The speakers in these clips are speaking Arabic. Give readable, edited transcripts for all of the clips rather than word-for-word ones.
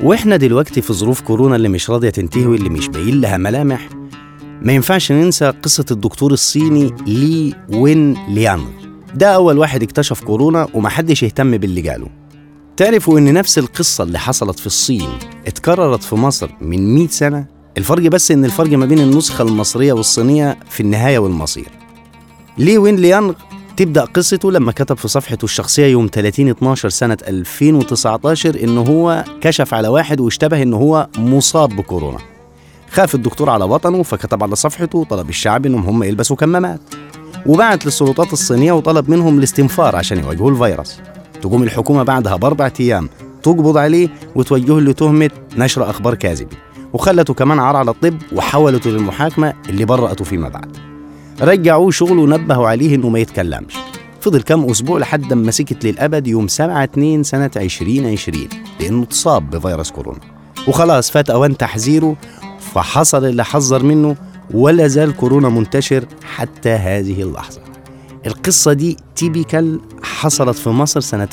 وإحنا دلوقتي في ظروف كورونا اللي مش راضية تنتهي واللي مش باين لها ملامح، ما ينفعش ننسى قصة الدكتور الصيني لي وين ليانغ. ده أول واحد اكتشف كورونا ومحدش يهتم باللي قاله. تعرفوا إن نفس القصة اللي حصلت في الصين اتكررت في مصر من 100 سنة؟ الفرق بس إن الفرق ما بين النسخة المصرية والصينية في النهاية والمصير. لي وين ليانغ تبدأ قصته لما كتب في صفحته الشخصية يوم 30/12 سنة 2019 إنه هو كشف على واحد واشتبه إنه هو مصاب بكورونا. خاف الدكتور على وطنه فكتب على صفحته طلب الشعب إنهم هم يلبسوا كمامات، وبعت للسلطات الصينية وطلب منهم الاستنفار عشان يواجهوا الفيروس. تقوم الحكومة بعدها ب4 أيام تقبض عليه وتوجهه لتهمة نشر أخبار كاذبة، وخلته كمان عار على الطب وحولته للمحاكمة اللي برأته فيما بعد. رجعوه شغله ونبهوا عليه إنه ما يتكلمش. فضل كام أسبوع لحد ما سكت للأبد يوم 7/2 سنة 2020 لأنه اتصاب بفيروس كورونا، وخلاص فات أوان تحذيره فحصل اللي حذر منه، ولا زال كورونا منتشر حتى هذه اللحظة. القصة دي تيبيكال حصلت في مصر سنة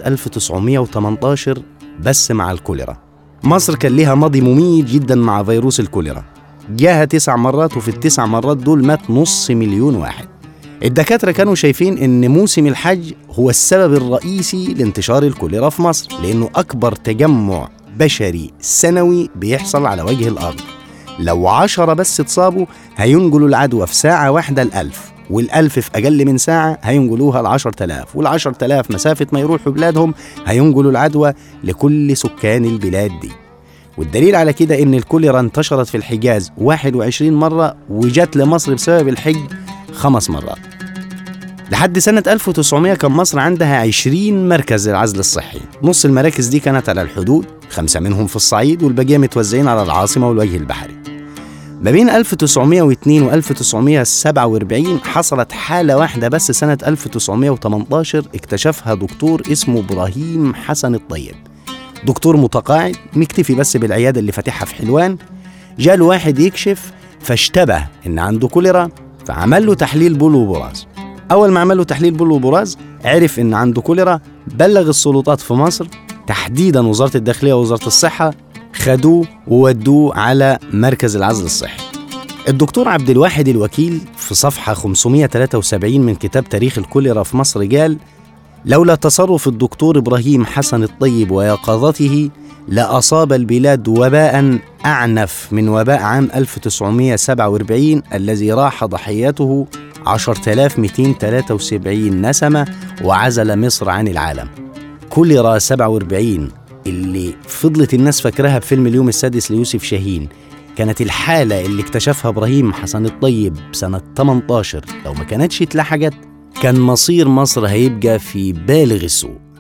1918 بس مع الكوليرا. مصر كان لها ماضي مميت جدا مع فيروس الكوليرا، جاها 9 مرات وفي ال9 مرات دول مات 500,000 واحد. الدكاترة كانوا شايفين إن موسم الحج هو السبب الرئيسي لانتشار الكوليرا في مصر، لأنه أكبر تجمع بشري سنوي بيحصل على وجه الأرض. لو 10 بس اتصابوا هينقلوا العدوى في ساعة واحدة 1000، وال1000 في أقل من ساعة هينقلوها ل10,000، وال10,000 مسافة ما يروحوا بلادهم هينقلوا العدوى لكل سكان البلاد دي. والدليل على كده إن الكوليرا انتشرت في الحجاز 21 مرة وجات لمصر بسبب الحج 5 مرات. لحد سنة 1900 كان مصر عندها 20 مركز للعزل الصحي. نص المراكز دي كانت على الحدود، 5 منهم في الصعيد والبقية متوزعين على العاصمة والوجه البحري. ما بين 1902 و 1947 حصلت حالة واحدة بس سنة 1918 اكتشفها دكتور اسمه إبراهيم حسن الطيب، دكتور متقاعد مكتفي بس بالعيادة اللي فاتحها في حلوان. جاله واحد يكشف فاشتبه إن عنده كوليرا، فعمل له تحليل بول وبراز. أول ما عمل له تحليل بول وبراز عرف إن عنده كوليرا، بلغ السلطات في مصر تحديدا وزارة الداخلية ووزارة الصحة، خدوه وودوه على مركز العزل الصحي. الدكتور عبد الواحد الوكيل في صفحة 573 من كتاب تاريخ الكوليرا في مصر قال: لولا تصرف الدكتور إبراهيم حسن الطيب ويقظته لأصاب البلاد وباء أعنف من وباء عام 1947 الذي راح ضحيته 10,273 نسمة وعزل مصر عن العالم. كوليرا 47 اللي فضلت الناس فاكرها بفيلم اليوم السادس ليوسف شاهين كانت الحالة اللي اكتشفها إبراهيم حسن الطيب سنة 18. لو ما كانتش اتلحقت كان مصير مصر هيبقى في بالغ السوء.